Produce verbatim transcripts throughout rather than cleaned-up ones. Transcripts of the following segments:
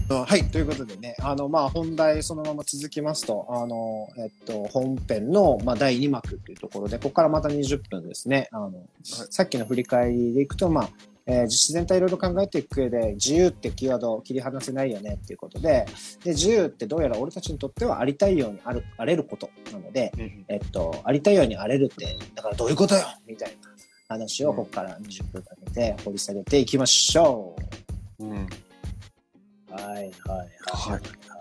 はい、ということでね、あの、まあ、本題そのまま続きますと、あの、えっと、本編の、まあ、だいに幕っていうところで、ここからまたにじゅっぷんですね。あの、はい、さっきの振り返りでいくと、まあ、えー、自然体いろいろ考えていく上で、自由ってキーワードを切り離せないよねっていうことで、で、自由ってどうやら俺たちにとってはありたいようにある、あれることなので、うん、えっと、ありたいようにあれるって、だからどういうことよみたいな話をここからにじゅっぷんかけて掘り下げていきましょう。うん。はいはいはいはい。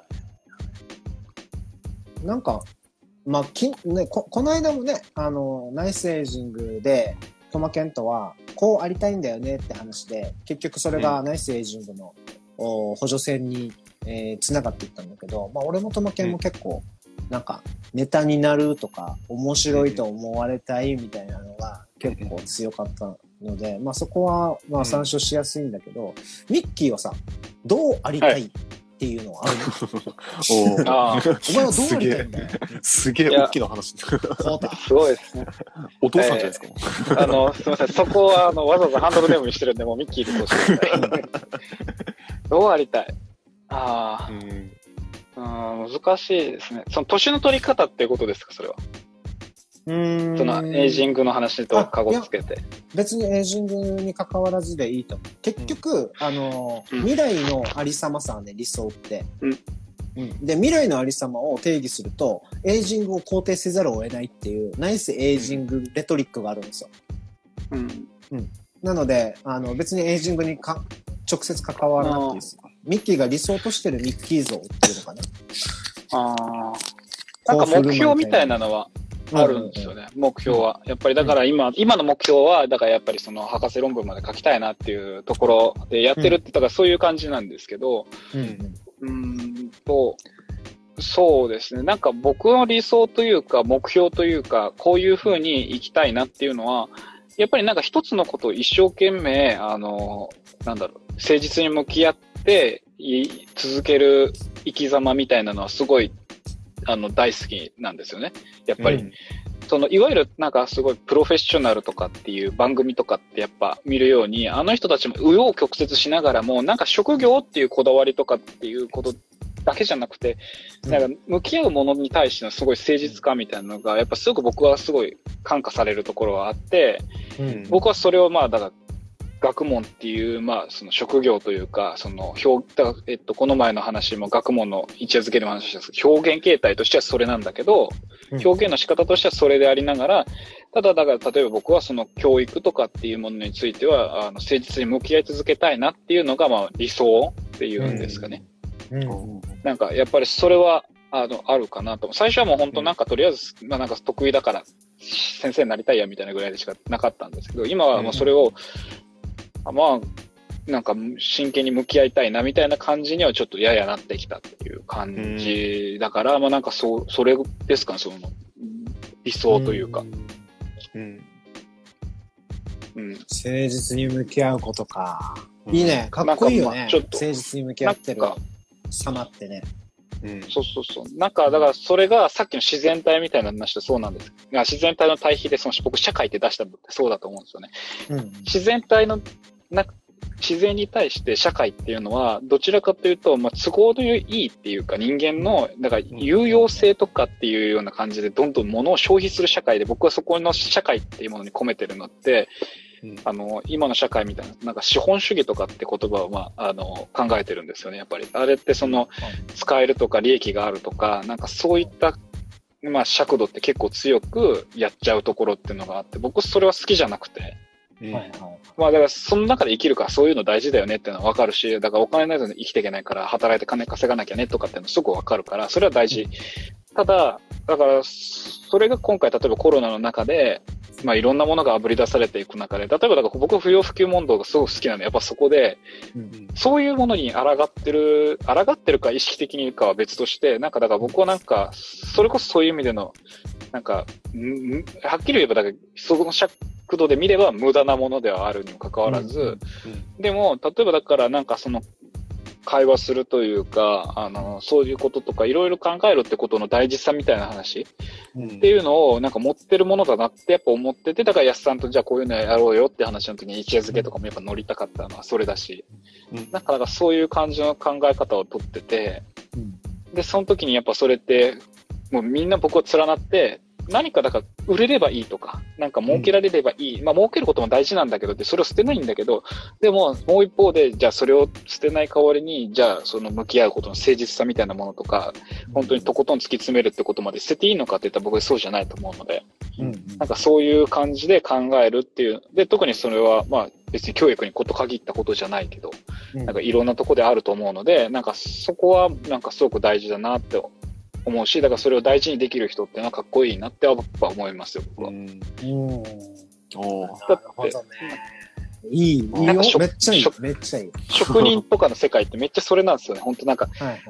なんか、まあ、きね、こ、この間もね、あの、ナイスエイジングで、トマケンとは、こうありたいんだよねって話で、結局それがナイスエイジングの、うん、補助線に、えー、繋がっていったんだけど、まあ、俺もトマケンも結構、なんか、ネタになるとか、面白いと思われたいみたいなのが結構強かったので、まあ、そこは、まあ、参照しやすいんだけど、ミッキーはさ、どうありたい、はいっていうのはあるの？お, あお前はどうありたいんだよ。 すげえ大きな話。 すごいですね。 お父さんじゃないですか。 えー、あの、すみません。そこは、あの、わざわざハンドルネームにしてるんで、もうミッキーでこうしてください。どうありたい？ああ、うん、難しいですね。その年の取り方っていうことですか、それは。うーんそのエイジングの話とカゴつけて。 別にエイジングに関わらずでいいと思う。結局、うん、あの、うん、未来のありさまさね、理想って。うんうん、で、未来のありさまを定義すると、エイジングを肯定せざるを得ないっていう、ナイスエイジングレトリックがあるんですよ。うんうん、なので、あの、別にエイジングにか直接関わらなくていいです。ミッキーが理想としてるミッキー像っていうのかな。 ああ。なんか目標みたいなのは、あるんですよね、うん、目標は。やっぱりだから今、うん、今の目標は、だからやっぱりその博士論文まで書きたいなっていうところでやってるって、だからそういう感じなんですけど、うん、うーんと、そうですね。なんか僕の理想というか、目標というか、こういう風に生きたいなっていうのは、やっぱりなんか一つのことを一生懸命、あの、なんだろう、誠実に向き合って続ける生き様みたいなのはすごい、あの、大好きなんですよね。やっぱり、うん、その、いわゆるなんかすごいプロフェッショナルとかっていう番組とかってやっぱ見るように、あの人たちも紆余曲折しながらも、なんか職業っていうこだわりとかっていうことだけじゃなくて、なんか向き合うものに対してのすごい誠実感みたいなのが、やっぱすごく僕はすごい感化されるところがあって、うん、僕はそれをまあ、だから、学問っていう、まあ、その職業というか、その表、えっと、この前の話も学問の一夜漬けでも話したんですけど、表現形態としてはそれなんだけど、表現の仕方としてはそれでありながら、ただ、だから、例えば僕はその教育とかっていうものについては、あの、誠実に向き合い続けたいなっていうのが、まあ、理想っていうんですかね。うんうん、なんか、やっぱりそれは、あの、あるかなと。最初はもう本当なんかとりあえず、まあなんか得意だから、先生になりたいやみたいなぐらいでしかなかったんですけど、今はもうそれを、まあ、なんか真剣に向き合いたいなみたいな感じにはちょっとややなってきたっていう感じだから、まあなんかそう、それですかね、その理想というか。うん。 うん。誠実に向き合うことか。いいね。かっこいいよね。ちょっと誠実に向き合ってる様ってね。 うん、そうそうそう。なんか、だからそれがさっきの自然体みたいな話とそうなんですが、自然体の対比でその僕社会って出したのってそうだと思うんですよね。うん、自然体のな、自然に対して社会っていうのは、どちらかというと、まあ、都合のいいっていうか、人間の、だから、有用性とかっていうような感じで、どんどん物を消費する社会で、僕はそこの社会っていうものに込めてるのって、うん、あの、今の社会みたいな、なんか資本主義とかって言葉を、まあ、あの、考えてるんですよね、やっぱり。あれってその、使えるとか利益があるとか、なんかそういった、まあ、尺度って結構強くやっちゃうところっていうのがあって、僕それは好きじゃなくて。はいはい、まあだからその中で生きるからそういうの大事だよねっていうのは分かるし、だからお金ないと生きていけないから働いて金稼がなきゃねとかっていうのすごく分かるから、それは大事。ただ、だからそれが今回例えばコロナの中で、まあいろんなものが炙り出されていく中で、例えばだから僕不要不急問答がすごく好きなので、やっぱそこで、うん、そういうものに抗ってる、抗ってるか意識的にかは別として、なんかだから僕はなんか、それこそそういう意味での、なんか、はっきり言えばだからそこの尺度で見れば無駄なものではあるにもかかわらず、うんうん、でも、例えばだからなんかその、 会話するというか、あの、そういうこととか、いろいろ考えるってことの大事さみたいな話、うん、っていうのを、なんか持ってるものだなってやっぱ思ってて、だから安さんとじゃあこういうのやろうよって話の時に一夜漬けとかもやっぱ乗りたかったのはそれだし、うん、だからそういう感じの考え方をとってて、うん、で、その時にやっぱそれって、もうみんな僕は連なって、何かだから売れればいいとか、なんか儲けられればいい。うん、まあ儲けることも大事なんだけど、で、それを捨てないんだけど、でももう一方で、じゃあそれを捨てない代わりに、じゃあその向き合うことの誠実さみたいなものとか、本当にとことん突き詰めるってことまで捨てていいのかって言ったら僕はそうじゃないと思うので、うん、なんかそういう感じで考えるっていう。で、特にそれは、まあ別に教育にこと限ったことじゃないけど、うん、なんかいろんなとこであると思うので、なんかそこはなんかすごく大事だなって思うし、だからそれを大事にできる人ってのはかっこいいなって僕は思いますよ、僕は。うん。 おー。だって、 いい、いいよ。めっちゃいい。めっちゃいい。 職人とかの世界ってめっちゃそれなんですよね。本当なんか、はいはい、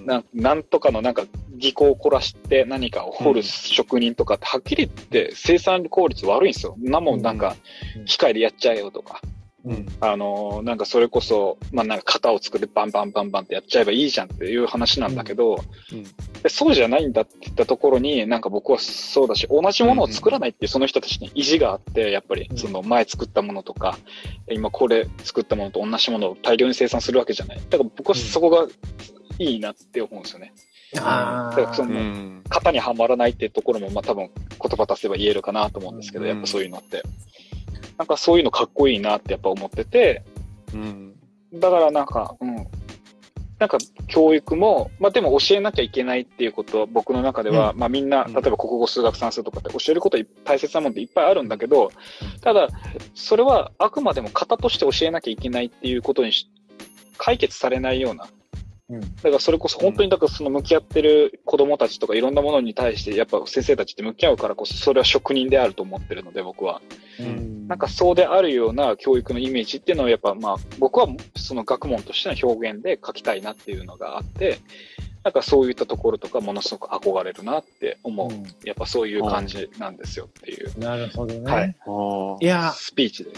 な、なんとかのなんか技巧を凝らして何かを掘る職人とかってはっきり言って生産効率悪いんですよ。なもんなんか機械でやっちゃえよとか。うん、あのー、なんかそれこそ、まあ、なんか型を作ってバンバンバンバンってやっちゃえばいいじゃんっていう話なんだけど、うんうん、でそうじゃないんだって言ったところに、なんか僕はそうだし、同じものを作らないっていうその人たちに意地があって、やっぱりその前作ったものとか、今これ作ったものと同じものを大量に生産するわけじゃない。だから僕はそこがいいなって思うんですよね。あだからその、型にはまらないっていうところも、まあ多分言葉足せば言えるかなと思うんですけど、やっぱそういうのって。なんかそういうのかっこいいなってやっぱ思ってて、うん、だからなんか、うん、なんか教育も、まあでも教えなきゃいけないっていうことは僕の中では、うん、まあみんな、例えば国語、数学、算数とかって教えること大切なものっていっぱいあるんだけど、ただ、それはあくまでも型として教えなきゃいけないっていうことにし解決されないような、うん、だからそれこそ本当にだからその向き合ってる子供たちとかいろんなものに対してやっぱ先生たちって向き合うからこそそれは職人であると思ってるので僕は、うん、なんかそうであるような教育のイメージっていうのをやっぱまあ僕はその学問としての表現で書きたいなっていうのがあってなんかそういったところとかものすごく憧れるなって思う、うん、やっぱそういう感じなんですよっていう。 なるほどね。 はい。いやスピーチです。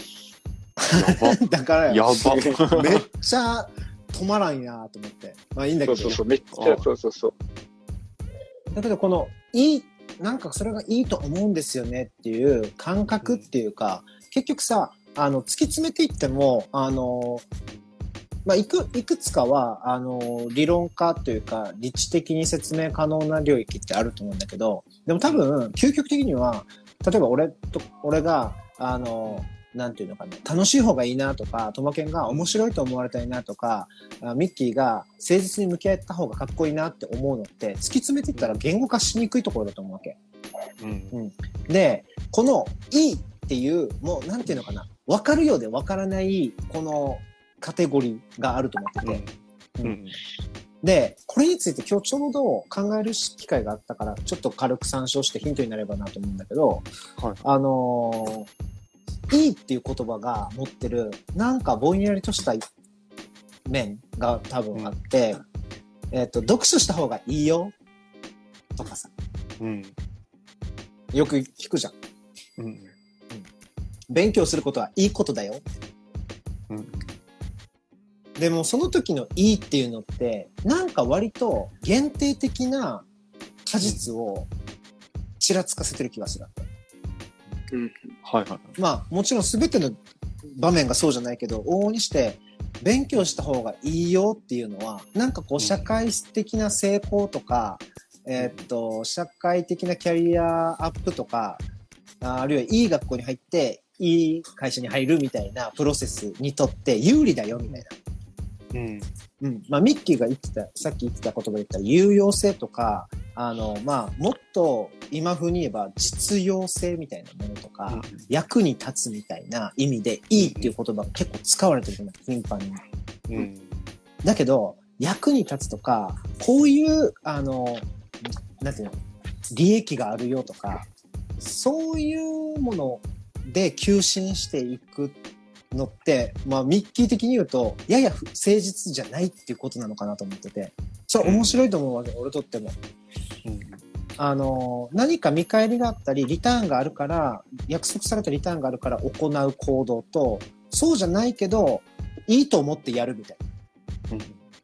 やば。だからやば。 めっちゃ止まらんやと思って。まあいいんだけど、ね。 そうそうそう、めっちゃ、そうそうそう。 だけどこの、いい、なんかそれがいいと思うんですよねっていう感覚っていうか、結局さ、あの、突き詰めていっても、あの、まあ、いく、いくつかは、あの、理論化というか、理知的に説明可能な領域ってあると思うんだけど、でも多分、究極的には、例えば俺と、俺が、あの、なんていうのかな、楽しい方がいいなとか、トマケンが面白いと思われたいなとか、ミッキーが誠実に向き合った方がかっこいいなって思うのって、突き詰めていったら言語化しにくいところだと思うわけ。うんうん、で、このいいっていう、もうなんていうのかな、分かるようで分からない、このカテゴリーがあると思ってて。うんうん、で、これについて今日ちょうど考える機会があったから、ちょっと軽く参照してヒントになればなと思うんだけど、はい、あのー、いいっていう言葉が持ってるなんかぼんやりとした面が多分あって、うん、えっと読書した方がいいよとかさ、うん、よく聞くじゃん、うんうん、勉強することはいいことだよって、うん、でもその時のいいっていうのってなんか割と限定的な果実をちらつかせてる気がする。 うん、 はいはい。 まあもちろん全ての場面がそうじゃないけど往々にして勉強した方がいいよっていうのはなんかこう社会的な成功とか、うん、えー、っと社会的なキャリアアップとか あ, あるいはいい学校に入っていい会社に入るみたいなプロセスにとって有利だよみたいな。うんうん、まあミッキーが言ってたさっき言ってた言葉で言ったら有用性とかあのまあもっと今風に言えば実用性みたいなものとか、うん、役に立つみたいな意味でいいっていう言葉が結構使われてると思う頻繁に、うん、だけど役に立つとかこういうあのなんていうの利益があるよとかそういうもので求心していくのって、まあ、ミッキー的に言うとやや誠実じゃないっていうことなのかなと思っててそれ面白いと思うわけ、うん、俺とっても、うん、あの何か見返りがあったりリターンがあるから約束されたリターンがあるから行う行動とそうじゃないけどいいと思ってやるみたいな、うん、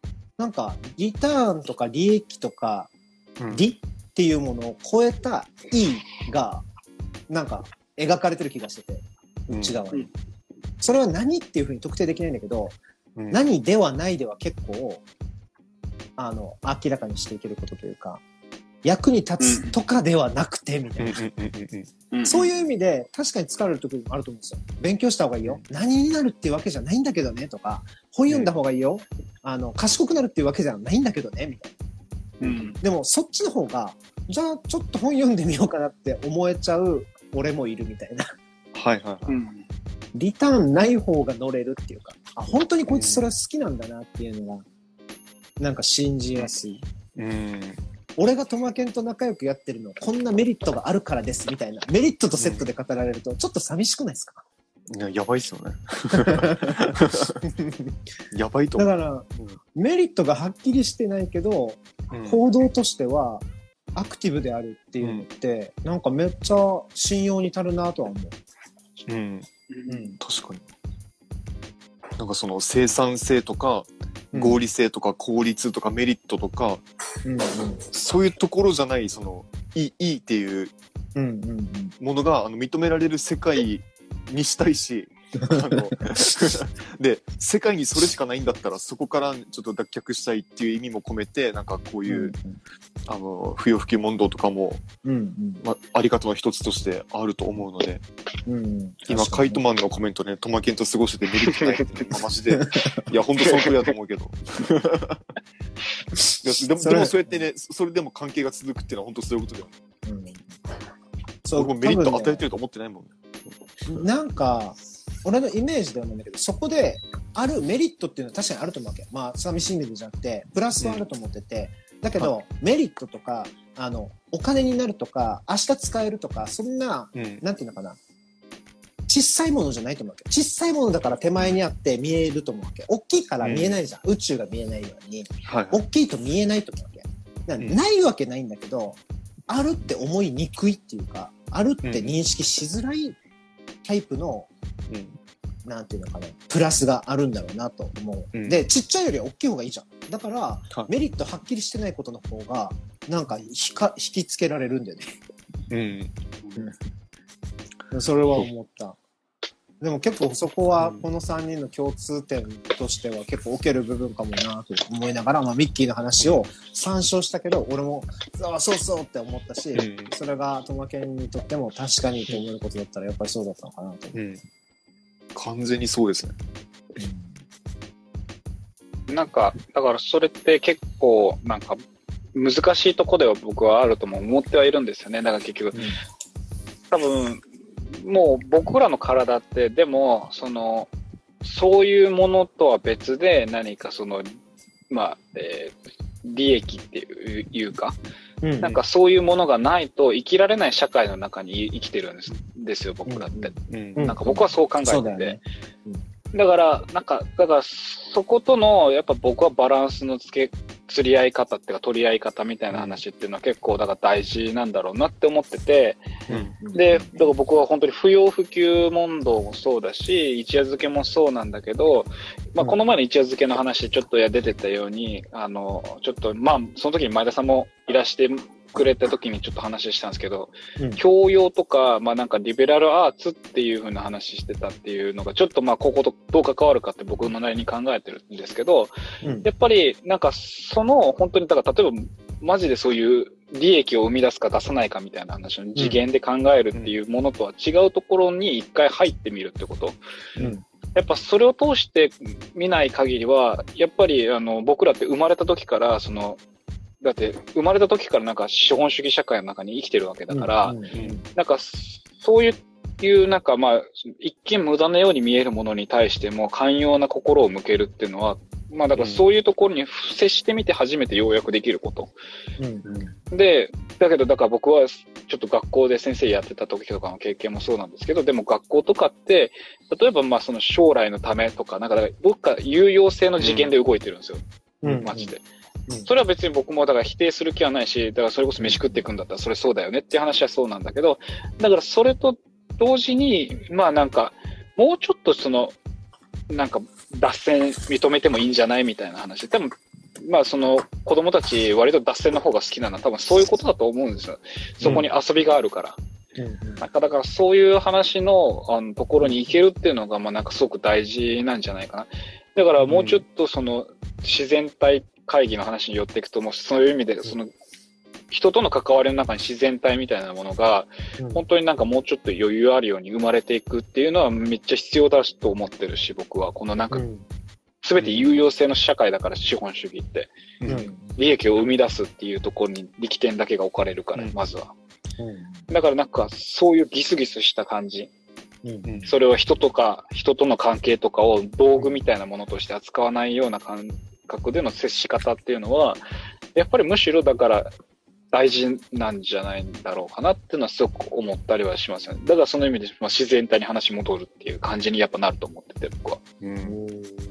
なんかリターンとか利益とか、うん、利っていうものを超えた E がなんか描かれてる気がしてて、内側に、うん、それは何っていうふうに特定できないんだけど、うん、何ではないでは結構あの明らかにしていけることというか、役に立つとかではなくてみたいな、そういう意味で確かに疲れる時もあると思うんですよ。勉強した方がいいよ、何になるっていうわけじゃないんだけどねとか、本読んだ方がいいよ、あの賢くなるっていうわけじゃないんだけどねみたいな、うん、でもそっちの方がじゃあちょっと本読んでみようかなって思えちゃう俺もいるみたいな。 はいはいはい、うん、 リターンない方が乗れるっていうか、あ、本当にこいつそれは好きなんだなっていうのがなんか信じやすい、うん、俺がトマケンと仲良くやってるのこんなメリットがあるからですみたいな、メリットとセットで語られるとちょっと寂しくないですか？ いや、やばいっすよね。やばいと思う。 だから、うん、メリットがはっきりしてないけど、うん、行動としてはアクティブであるっていうのって、うん、なんかめっちゃ信用に足るなとは思う。 うん、うん、確かに。なんかその生産性とか合理性とか効率とかメリットとか、うんうん、そういうところじゃないそのいい、いいっていうものがあの認められる世界にしたいし、あので世界にそれしかないんだったらそこからちょっと脱却したいっていう意味も込めて、なんかこういう、うんうん、あの不要不急問答とかも、うんうんま、あり方の一つとしてあると思うので、うんうん、今カイトマンのコメントね、トマケンと過ごしててメリットないってマジでいや本当その通りだと思うけどでもでもそうやってね、それでも関係が続くっていうのは本当そういうことだよね、うん、そう僕もメリット与えてると思ってないもんね。 なんか俺のイメージでは思うんだけど、そこであるメリットっていうのは確かにあると思うわけ。まあ寂しい意味じゃなくてプラスはあると思ってて、うん、だけど、はい、メリットとかあのお金になるとか明日使えるとかそんな、うん、なんていうのかな、小さいものじゃないと思うわけ。小さいものだから手前にあって見えると思うわけ。大きいから見えないじゃん、うん、宇宙が見えないように、はい、大きいと見えないと思うわけ。だからないわけないんだけど、あるって思いにくいっていうか、あるって認識しづらいタイプの、うん、なんていうのかな、プラスがあるんだろうなと思う、うん、でちっちゃいよりは大きい方がいいじゃん。だから、はい、メリットはっきりしてないことの方がなんかひか引きつけられるんだよね、うんうん、それは思った。でも結構そこはこのさんにんの共通点としては結構置ける部分かもなと思いながら、まあ、ミッキーの話を参照したけど俺もあそうそうって思ったし、うん、それがトマケンにとっても確かにと思えることだったらやっぱりそうだったのかなと、うん、 完全にそうですね、 うん、なんかだからそれって結構なんか難しいとこでは僕はあるとも思ってはいるんですよね。だから結局、うん、多分もう僕らの体ってでもそのそういうものとは別で何かそのまあ、えー、利益っていう、いうか、うんうん、なんかそういうものがないと生きられない社会の中に生きてるんです、ですよ僕らって、うんうん、なんか僕はそう考えてて、うんだねうん、だからなんかだからそことのやっぱ僕はバランスのつけ釣り合い方っていうか取り合い方みたいな話っていうのは結構だから大事なんだろうなって思ってて、うん、でだから僕は本当に不要不急問答もそうだし一夜漬けもそうなんだけど、まあ、この前の一夜漬けの話ちょっと出てたようにあのちょっとまあその時に前田さんもいらしてくれた時にちょっと話したんですけど、うん、教養とか、まあなんかリベラルアーツっていう風な話してたっていうのがちょっとまあこことどう関わるかって僕のなりに考えてるんですけど、うん、やっぱりなんかその本当にだから例えばマジでそういう利益を生み出すか出さないかみたいな話の次元で考えるっていうものとは違うところに一回入ってみるってこと。うん、やっぱそれを通して見ない限りはやっぱりあの僕らって生まれた時からそのだって生まれた時からなんか資本主義社会の中に生きてるわけだから、うんうんうん、なんかそういうなんかまあ一見無駄なように見えるものに対しても寛容な心を向けるっていうのはまあだからそういうところに接してみて初めてようやくできること、うんうん、でだけどだから僕はちょっと学校で先生やってた時とかの経験もそうなんですけど、でも学校とかって例えばまあその将来のためとかなんかどっか有用性の次元で動いてるんですよ、うん、マジで。うん、それは別に僕もだから否定する気はないし、だからそれこそ飯食っていくんだったらそれそうだよねっていう話はそうなんだけど、だからそれと同時にまあなんかもうちょっとそのなんか脱線認めてもいいんじゃないみたいな話、多分まあその子供たち割と脱線の方が好きなのは多分そういうことだと思うんですよ。そこに遊びがあるから。うん、なんかだからそういう話の、あのところに行けるっていうのがまあなんかすごく大事なんじゃないかな。だからもうちょっとその自然体会議の話に寄っていくと、もうそういう意味でその人との関わりの中に自然体みたいなものが本当になんかもうちょっと余裕あるように生まれていくっていうのはめっちゃ必要だと思ってるし、僕はこのなんか全て有用性の社会だから資本主義って、うん、利益を生み出すっていうところに力点だけが置かれるから、うん、まずは、うん、だからなんかそういうギスギスした感じ、うん、それは人とか人との関係とかを道具みたいなものとして扱わないような感覚での接し方っていうのはやっぱりむしろだから大事なんじゃないんだろうかなっていうのはすごく思ったりはしますね。だからその意味で、まあ、自然体に話戻るっていう感じにやっぱなると思ってて僕は。うん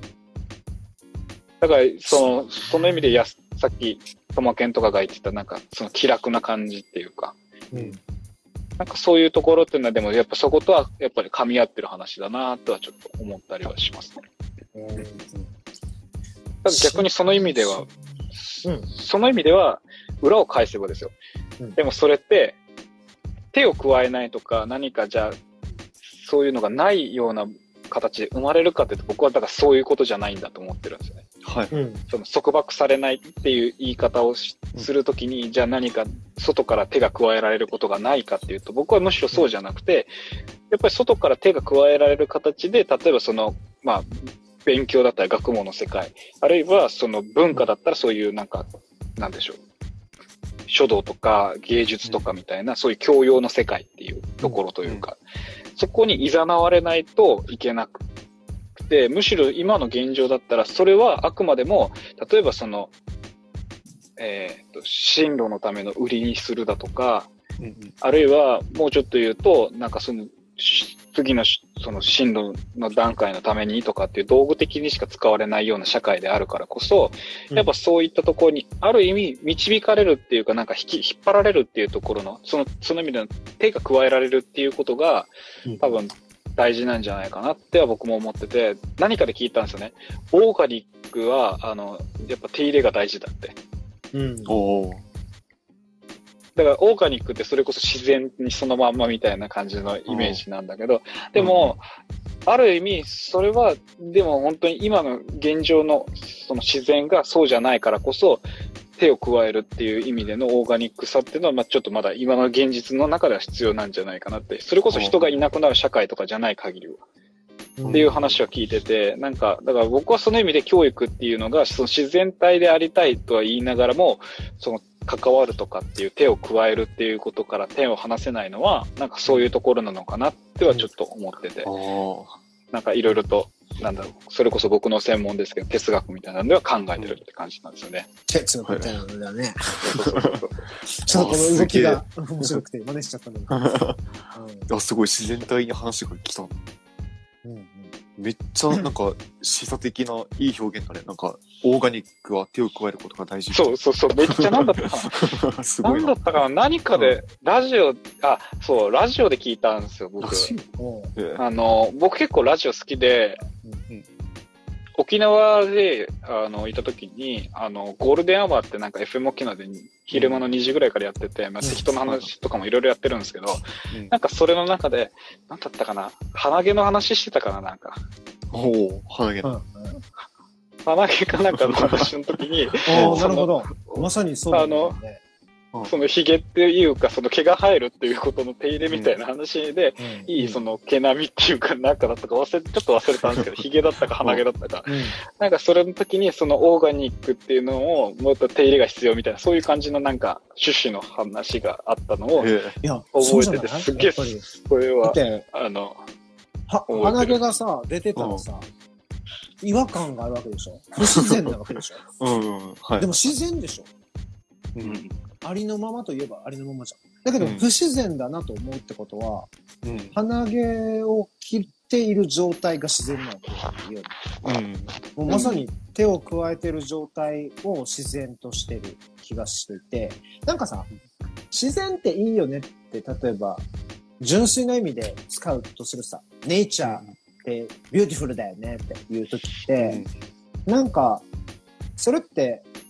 だからそのその意味でやさっきトマケンとかが言ってたなんかその気楽な感じっていうか、うん、なんかそういうところっていうのはでもやっぱそことはやっぱり噛み合ってる話だなとはちょっと思ったりはしますね。うん、ただ逆にその意味では、うん、その意味では裏を返せばですよ。うん、でもそれって手を加えないとか何かじゃあそういうのがないような形で生まれるかって僕はだからそういうことじゃないんだと思ってるんですよね。はい。その束縛されないっていう言い方をするときに、うん、じゃあ何か外から手が加えられることがないかっていうと、僕はむしろそうじゃなくて、やっぱり外から手が加えられる形で、例えばその、まあ、勉強だったら学問の世界、あるいはその文化だったらそういうなんか、なんでしょう。書道とか芸術とかみたいな、そういう教養の世界っていうところというか、うん、そこに誘われないといけなくて、むしろ今の現状だったら、それはあくまでも、例えばその、えーと、進路のための売りにするだとか、うんうん、あるいはもうちょっと言うと、なんかその、次のその進路の段階のためにとかっていう道具的にしか使われないような社会であるからこそ、やっぱそういったところにある意味導かれるっていうかなんか引き、引っ張られるっていうところの、その、その意味での手が加えられるっていうことが多分大事なんじゃないかなっては僕も思ってて、何かで聞いたんですよね。オーガニックは、あの、やっぱ手入れが大事だって。うん。おー。だからオーガニックってそれこそ自然にそのまんまみたいな感じのイメージなんだけど、でも、うん、ある意味それはでも本当に今の現状のその自然がそうじゃないからこそ手を加えるっていう意味でのオーガニックさっていうのはまあちょっとまだ今の現実の中では必要なんじゃないかなって、それこそ人がいなくなる社会とかじゃない限りは。っていう話は聞いてて、なんか、だから僕はその意味で教育っていうのが、その自然体でありたいとは言いながらも、その関わるとかっていう手を加えるっていうことから手を離せないのは、なんかそういうところなのかなってはちょっと思ってて、なんかいろいろと、なんだろう、それこそ僕の専門ですけど、哲学みたいなのでは考えてるって感じなんですよね。 哲学みたいなのだね。ちょっとこの動きが面白くて真似しちゃったのが。 あ、すごい自然体に話が来た。うんうん、めっちゃなんか示唆的ないい表現だね。なんかオーガニックは手を加えることが大事。 そうそうそう、めっちゃなんだったかな。すごいな。なんだったかな、何かで、うん、ラジオ、あ、そう、ラジオで聞いたんですよ、僕。あの、僕結構ラジオ好きで、うん、沖縄で、あの、いた時に、あの、ゴールデンアワーってなんか エフエム 沖縄で昼間のにじぐらいからやってて、まあ、適当な話とかもいろいろやってるんですけど、うん、なんかそれの中で、なんだったかな、鼻毛の話してたかな、なんか。 おお、鼻毛。うん、 鼻毛かなんかの話の時に、 おなるほど。まさにそうだね。あのそのヒゲっていうか、その毛が生えるっていうことの手入れみたいな話で、うん、いいその毛並みっていうか、なんかだったか忘れ、ちょっと忘れたんですけど、ヒゲだったか鼻毛だったか、うん、なんかそれの時にそのオーガニックっていうのをもっと手入れが必要みたいな、そういう感じのなんか趣旨の話があったのを覚えてて、すっげえ、それは、あの、 は、鼻毛がさ、出てたらさ、うん、違和感があるわけでしょ。不自然なわけでしょ。うんうん、はい。でも自然でしょ。うん。ありのままといえばありのままじゃん。だけど不自然だなと思うってことは、うん、鼻毛を切っている状態が自然なのっていうように、うん、もうまさに手を加えている状態を自然としてる気がしていて、なんかさ、自然っていいよねって、例えば純粋な意味で使うとするさ、ネイチャーってビューティフルだよねっていう時って、うん、なんかそれって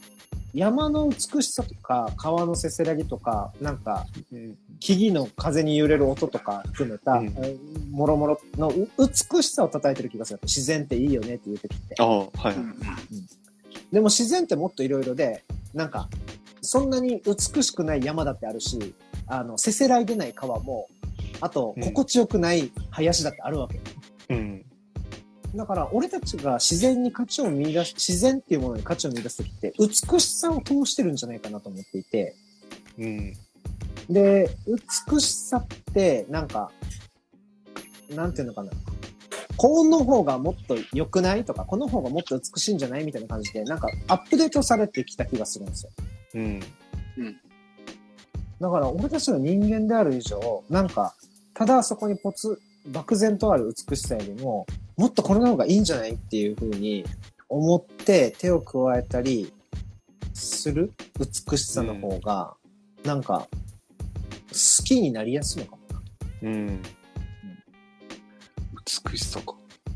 山の美しさとか、川のせせらぎとか、なんか、 うん、 木々の風に揺れる音とか含めた、うん、もろもろの美しさを称えてる気がする。自然っていいよねっていう時って。 ああ、はい、うん。 でも自然ってもっといろいろで、なんか、そんなに美しくない山だってあるし、あの、せせらいでない川も、あと、心地よくない林だってあるわけ。 うん。 だから、俺たちが自然に価値を見出し、自然っていうものに価値を見出すときって、美しさを通してるんじゃないかなと思っていて。 うん。 で、美しさって、なんか、なんていうのかな。この方がもっと良くないとか、この方がもっと美しいんじゃないみたいな感じで、なんかアップデートされてきた気がするんですよ。 うん。 うん。 だから、俺たちの人間である以上、なんか、ただそこにポツ、漠然とある美しさよりも、もっとこれの方がいいんじゃないっていう風に思って手を加えたりする美しさの方が、うん、なんか好きになりやすいのかもな。 うん。うん、美しさか。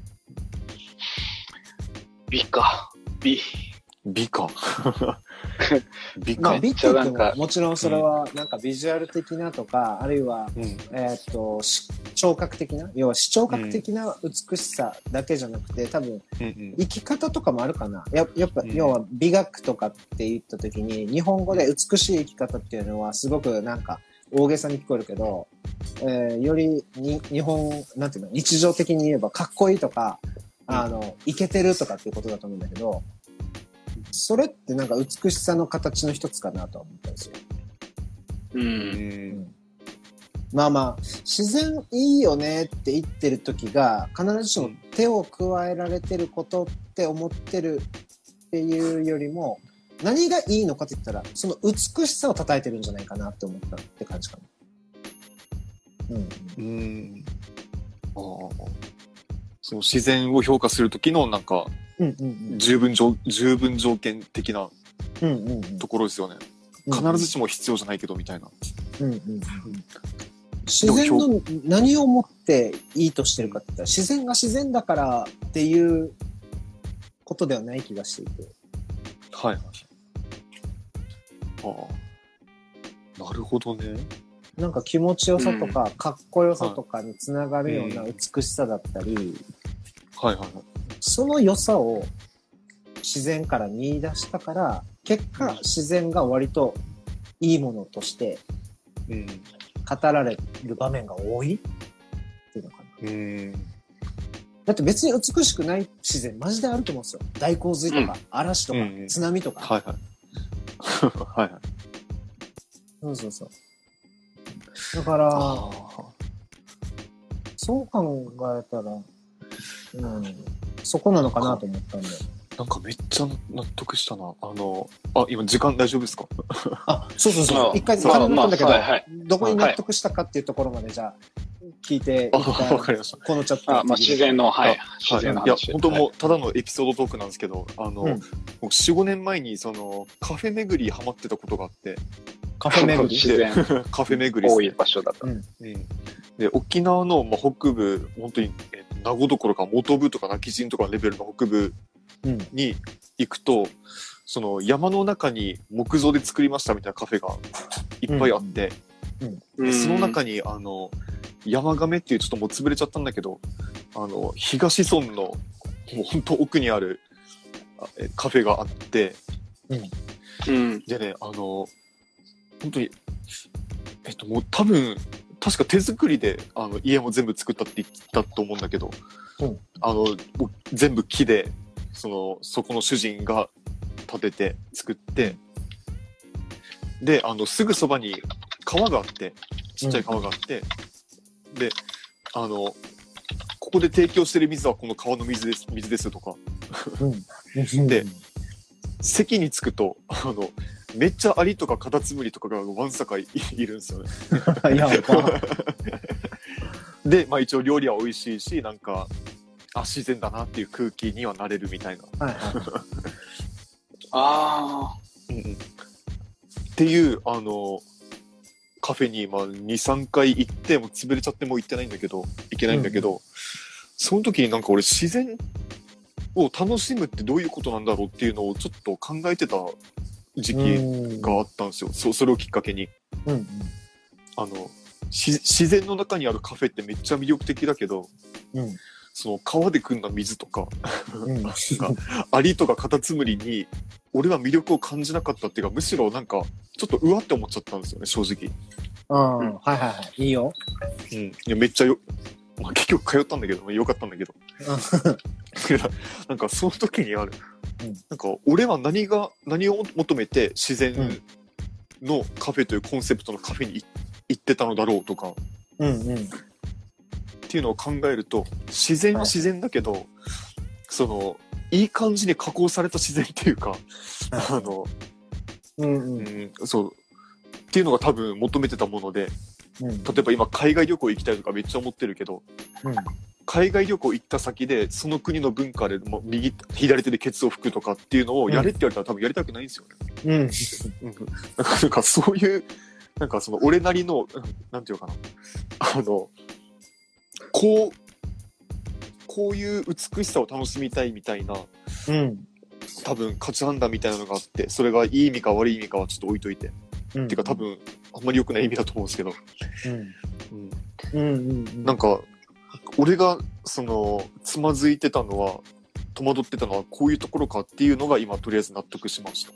美か。美。 美か。 美か。まあ、美って言っても、もちろんそれは、なんかビジュアル的なとか、うん、あるいは、うん、えっと、聴覚的な、要は視聴覚的な美しさだけじゃなくて、多分、うんうん、生き方とかもあるかな。ややっぱ、うん、要は美学とかって言った時に、日本語で美しい生き方っていうのは、すごくなんか、大げさに聞こえるけど、えー、よりに、日本、なんていうの、日常的に言えば、かっこいいとか、あの、イケてるとかっていうことだと思うんだけど、それってなんか美しさの形の一つかなと思ったんですよ。 うん。うん、 まあまあ、自然いいよねって言ってる時が、必ずしも手を加えられてることって思ってるっていうよりも、何がいいのかって言ったら、その美しさを称えてるんじゃないかなって思ったって感じかな。うん。 うん。ああ。その自然を評価する時のなんか、うんうんうん、十分条十分条件的なところですよね、うんうんうん、必ずしも必要じゃないけどみたいな、 うんうんうん、自然の何をもっていいとしてるかって言ったら自然が自然だからっていうことではない気がしていて、 はいはい、ああ、なるほどね。 なんか気持ちよさとか、うん、かっこよさとかにつながるような美しさだったり、うん、 はいはいはい、 その良さを自然から見出したから、結果自然が割といいものとして語られる場面が多いっていうのかな。うん、だって別に美しくない自然マジであると思うんですよ。大洪水とか、うん、嵐とか、うん、津波とか。 はいはい。はいはい。 そうそうそう。だから、そう考えたら、うん、そこなのかなと思ったんで。 なんかめっちゃ納得したな。あの、あ、今時間大丈夫ですか？ あ、そうそうそう。一回軽くったんだけど、まあまあはいはい、どこに納得したかっていうところまでじゃあ、聞いていきたい。 わかりました。 このチャット。 あ、まあ自然の、はい。自然の話。いや、本当もう、ただのエピソードトークなんですけど、あの、うん、もうよん、ごねんまえに、その、カフェ巡りハマってたことがあって、 カフェ巡り自然。 カフェ巡り多い場所だった。うん。 で、沖縄の、まあ、北部、本当に、えー、名護どころか本部とか今帰仁とかレベルの北部に行くと、うん、その山の中に木造で作りましたみたいなカフェがいっぱいあって、うんうん、でその中に、あの、山亀っていうちょっともう潰れちゃったんだけど、あの、東村の、もう本当奥にあるカフェがあって、うん、でね、あの、本当に、えっと、もう多分、確か手作りで、あの、家も全部作ったって言ったと思うんだけど、うん、あの、全部木で、その、そこの主人が建てて作って、で、あの、すぐそばに川があって、ちっちゃい川があって、うん、で、あの、ここで提供してる水はこの川の水です、水ですとか。うん、で、席に着くと、あの、めっちゃアリとかカタツムリとかがわんさか い, いるんですよね。やば。で、まあ一応料理は美味しいし、なんか、あ、自然だなっていう空気にはなれるみたいな。はいはい、 ああ、 うんうん。っていう、あの、カフェに、まあ、に、さんかい行って、もう潰れちゃってもう行ってないんだけど、行けないんだけど、うん、その時になんか俺自然を楽しむってどういうことなんだろうっていうのをちょっと考えてた時期があったんですよ。そそれをきっかけに。 うんうん、 あのし自然の中にあるカフェってめっちゃ魅力的だけど、 うん、 その川で汲んだ水とか、 うん、 なんかアリとかカタツムリに俺は魅力を感じなかったっていうか、むしろなんかちょっとうわって思っちゃったんですよね、正直。 うん、はいはいはい、いいよ。 うん、いやめっちゃよ、まあ、結局通ったんだけど、よかったんだけど。なんかその時にある、うん、なんか俺は何が何を求めて自然のカフェというコンセプトのカフェに行ってたのだろうとか、 うんうん、 っていうのを考えると、自然は自然だけど、はい、そのいい感じに加工された自然っていうか、はい、あの、 うんうんうん、そうっていうのが多分求めてたもので、 うん、 例えば今海外旅行行きたいとかめっちゃ思ってるけど、うん、海外旅行行った先でその国の文化でも右左手でケツを拭くとかっていうのをやれって言われたら多分やりたくないんですよね。うん、なんかそういうなんかその俺なりのなんていうかな、あのこうこういう美しさを楽しみたいみたいな、うん、多分価値判断みたいなのがあって、それがいい意味か悪い意味かはちょっと置いといて、うん、っていうか多分あんまり良くない意味だと思うんですけど、うんうんうんうん、なんか俺がそのつまずいてたのは、戸惑ってたのはこういうところかっていうのが今とりあえず納得しました。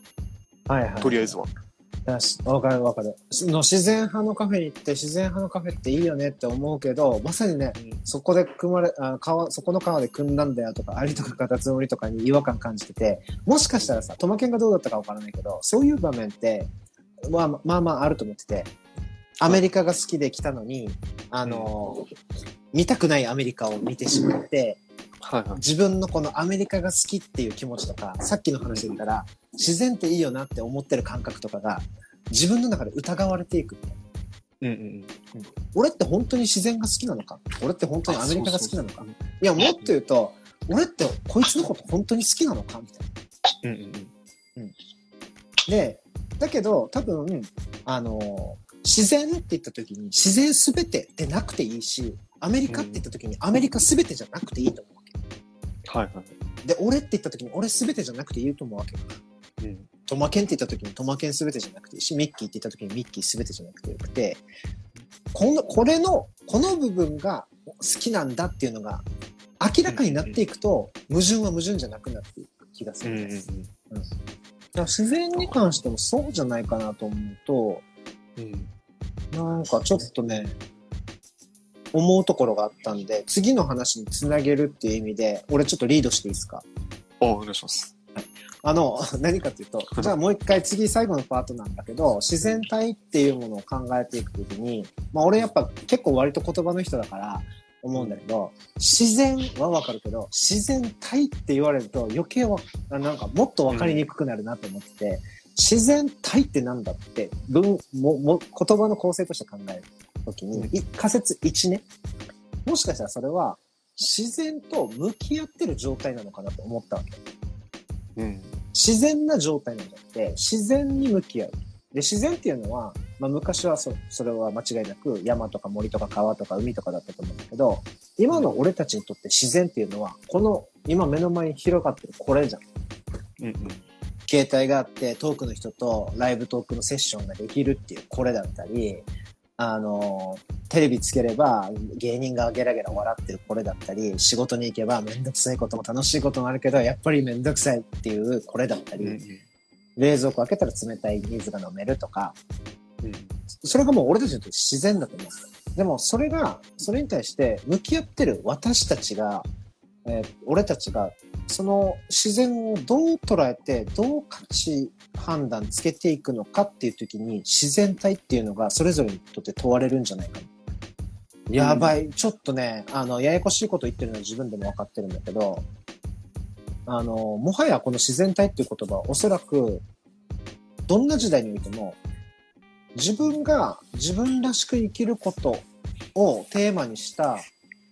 はいはいはい、とりあえずは。 わかるわかる。の自然派のカフェに行って自然派のカフェっていいよねって思うけど、まさにね、うん、そこで組まれあ川そこの川で組んだんだよとか、アリとかカタツムリとかに違和感感じてて、もしかしたらさ、トマケンがどうだったかわからないけど、そういう場面ってまあまあまああると思ってて、アメリカが好きで来たのに、あの、うん、見たくないアメリカを見てしまって、はいはい、自分のこのアメリカが好きっていう気持ちとか、さっきの話で言ったら、自然っていいよなって思ってる感覚とかが、自分の中で疑われていく。うんうんうん、俺って本当に自然が好きなのか？俺って本当にアメリカが好きなのか？そうそうそう、いや、もっと言うと、俺ってこいつのこと本当に好きなのかみたいな。うんうんうんうん、で、だけど、多分、あの、自然って言った時に、自然すべてでなくていいし、アメリカって言った時に、アメリカすべてじゃなくていいと思うわけ。はいはい。で、俺って言った時に、俺すべてじゃなくていいと思うわけ。うん。トマケンって言った時に、トマケンすべてじゃなくていいし、ミッキーって言った時に、ミッキーすべてじゃなくてよくて、この、これの、この部分が好きなんだっていうのが、明らかになっていくと、矛盾は矛盾じゃなくなっていく気がするんです。うんうんうん、だから自然に関してもそうじゃないかなと思うと、うん、なんかちょっとね、思うところがあったんで、次の話につなげるっていう意味で、俺ちょっとリードしていいですか？ あ、お願いします。 はい、あの、何かっていうと、じゃあもう一回次最後のパートなんだけど、自然体っていうものを考えていくときに、まあ俺やっぱ結構割と言葉の人だから思うんだけど、自然はわかるけど、自然体って言われると余計は、なんかもっとわかりにくくなるなと思ってて、うん、自然体ってなんだって文もも言葉の構成として考えるときに、うん、仮説いちね、もしかしたらそれは自然と向き合ってる状態なのかなと思ったわけ、うん、自然な状態なんじゃなくて自然に向き合う。で、自然っていうのは、まあ、昔は そ, それは間違いなく山とか森とか川とか海とかだったと思うんだけど、今の俺たちにとって自然っていうのはこの今目の前に広がってるこれじゃん、うんうん、携帯があって遠くの人とライブトークのセッションができるっていうこれだったり、あのテレビつければ芸人がゲラゲラ笑ってるこれだったり、仕事に行けばめんどくさいことも楽しいこともあるけどやっぱりめんどくさいっていうこれだったり、うんうん、冷蔵庫開けたら冷たい水が飲めるとか、うん、それがもう俺たちにとって自然だと思うんですよ。でもそれがそれに対して向き合ってる私たちが、えー、俺たちがその自然をどう捉えてどう価値判断つけていくのかっていう時に自然体っていうのがそれぞれにとって問われるんじゃないかな。やばい、ちょっとね、あのややこしいこと言ってるのは自分でも分かってるんだけど、あのもはやこの自然体っていう言葉はおそらくどんな時代においても自分が自分らしく生きることをテーマにした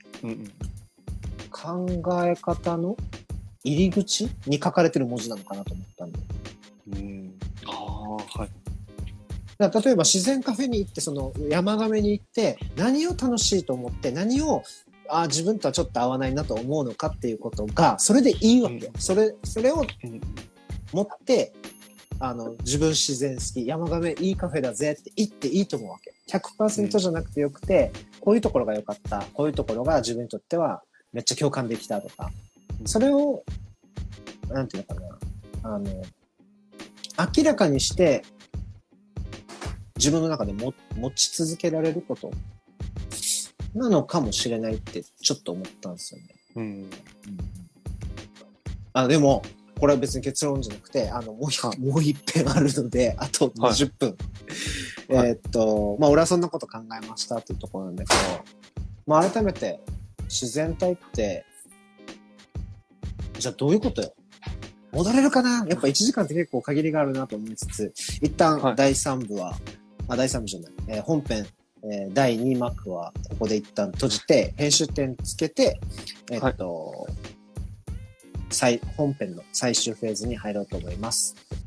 考え方の入り口に書かれてる文字なのかなと思ったんで。うん、ああ、はい。だから例えば自然カフェに行ってその山亀に行って何を楽しいと思って何をあ自分とはちょっと合わないなと思うのかっていうことがそれでいいわけよ。それそれを持ってあの、自分自然好き、山亀いいカフェだぜって言っていいと思うわけ。ひゃくパーセント じゃなくてよくて、うん、こういうところが良かった、こういうところが自分にとってはめっちゃ共感できたとか、うん、それを、なんていうのかな、あの、明らかにして、自分の中でも持ち続けられることなのかもしれないってちょっと思ったんですよね。うんうん、あ、でも、これは別に結論じゃなくて、あの、もう、もう一遍あるので、あとにじゅっぷん。はい、えー、っと、まあ、俺はそんなこと考えましたっていうところなんだけど、まあ、改めて、自然体って、じゃあどういうことよ。戻れるかな？やっぱいちじかんって結構限りがあるなと思いつつ、一旦だいさん部は、はい、あ、だいさん部じゃない、えー、本編、えー、だいに幕はここで一旦閉じて、編集点つけて、えー、っと、はい、最本編の最終フェーズに入ろうと思います。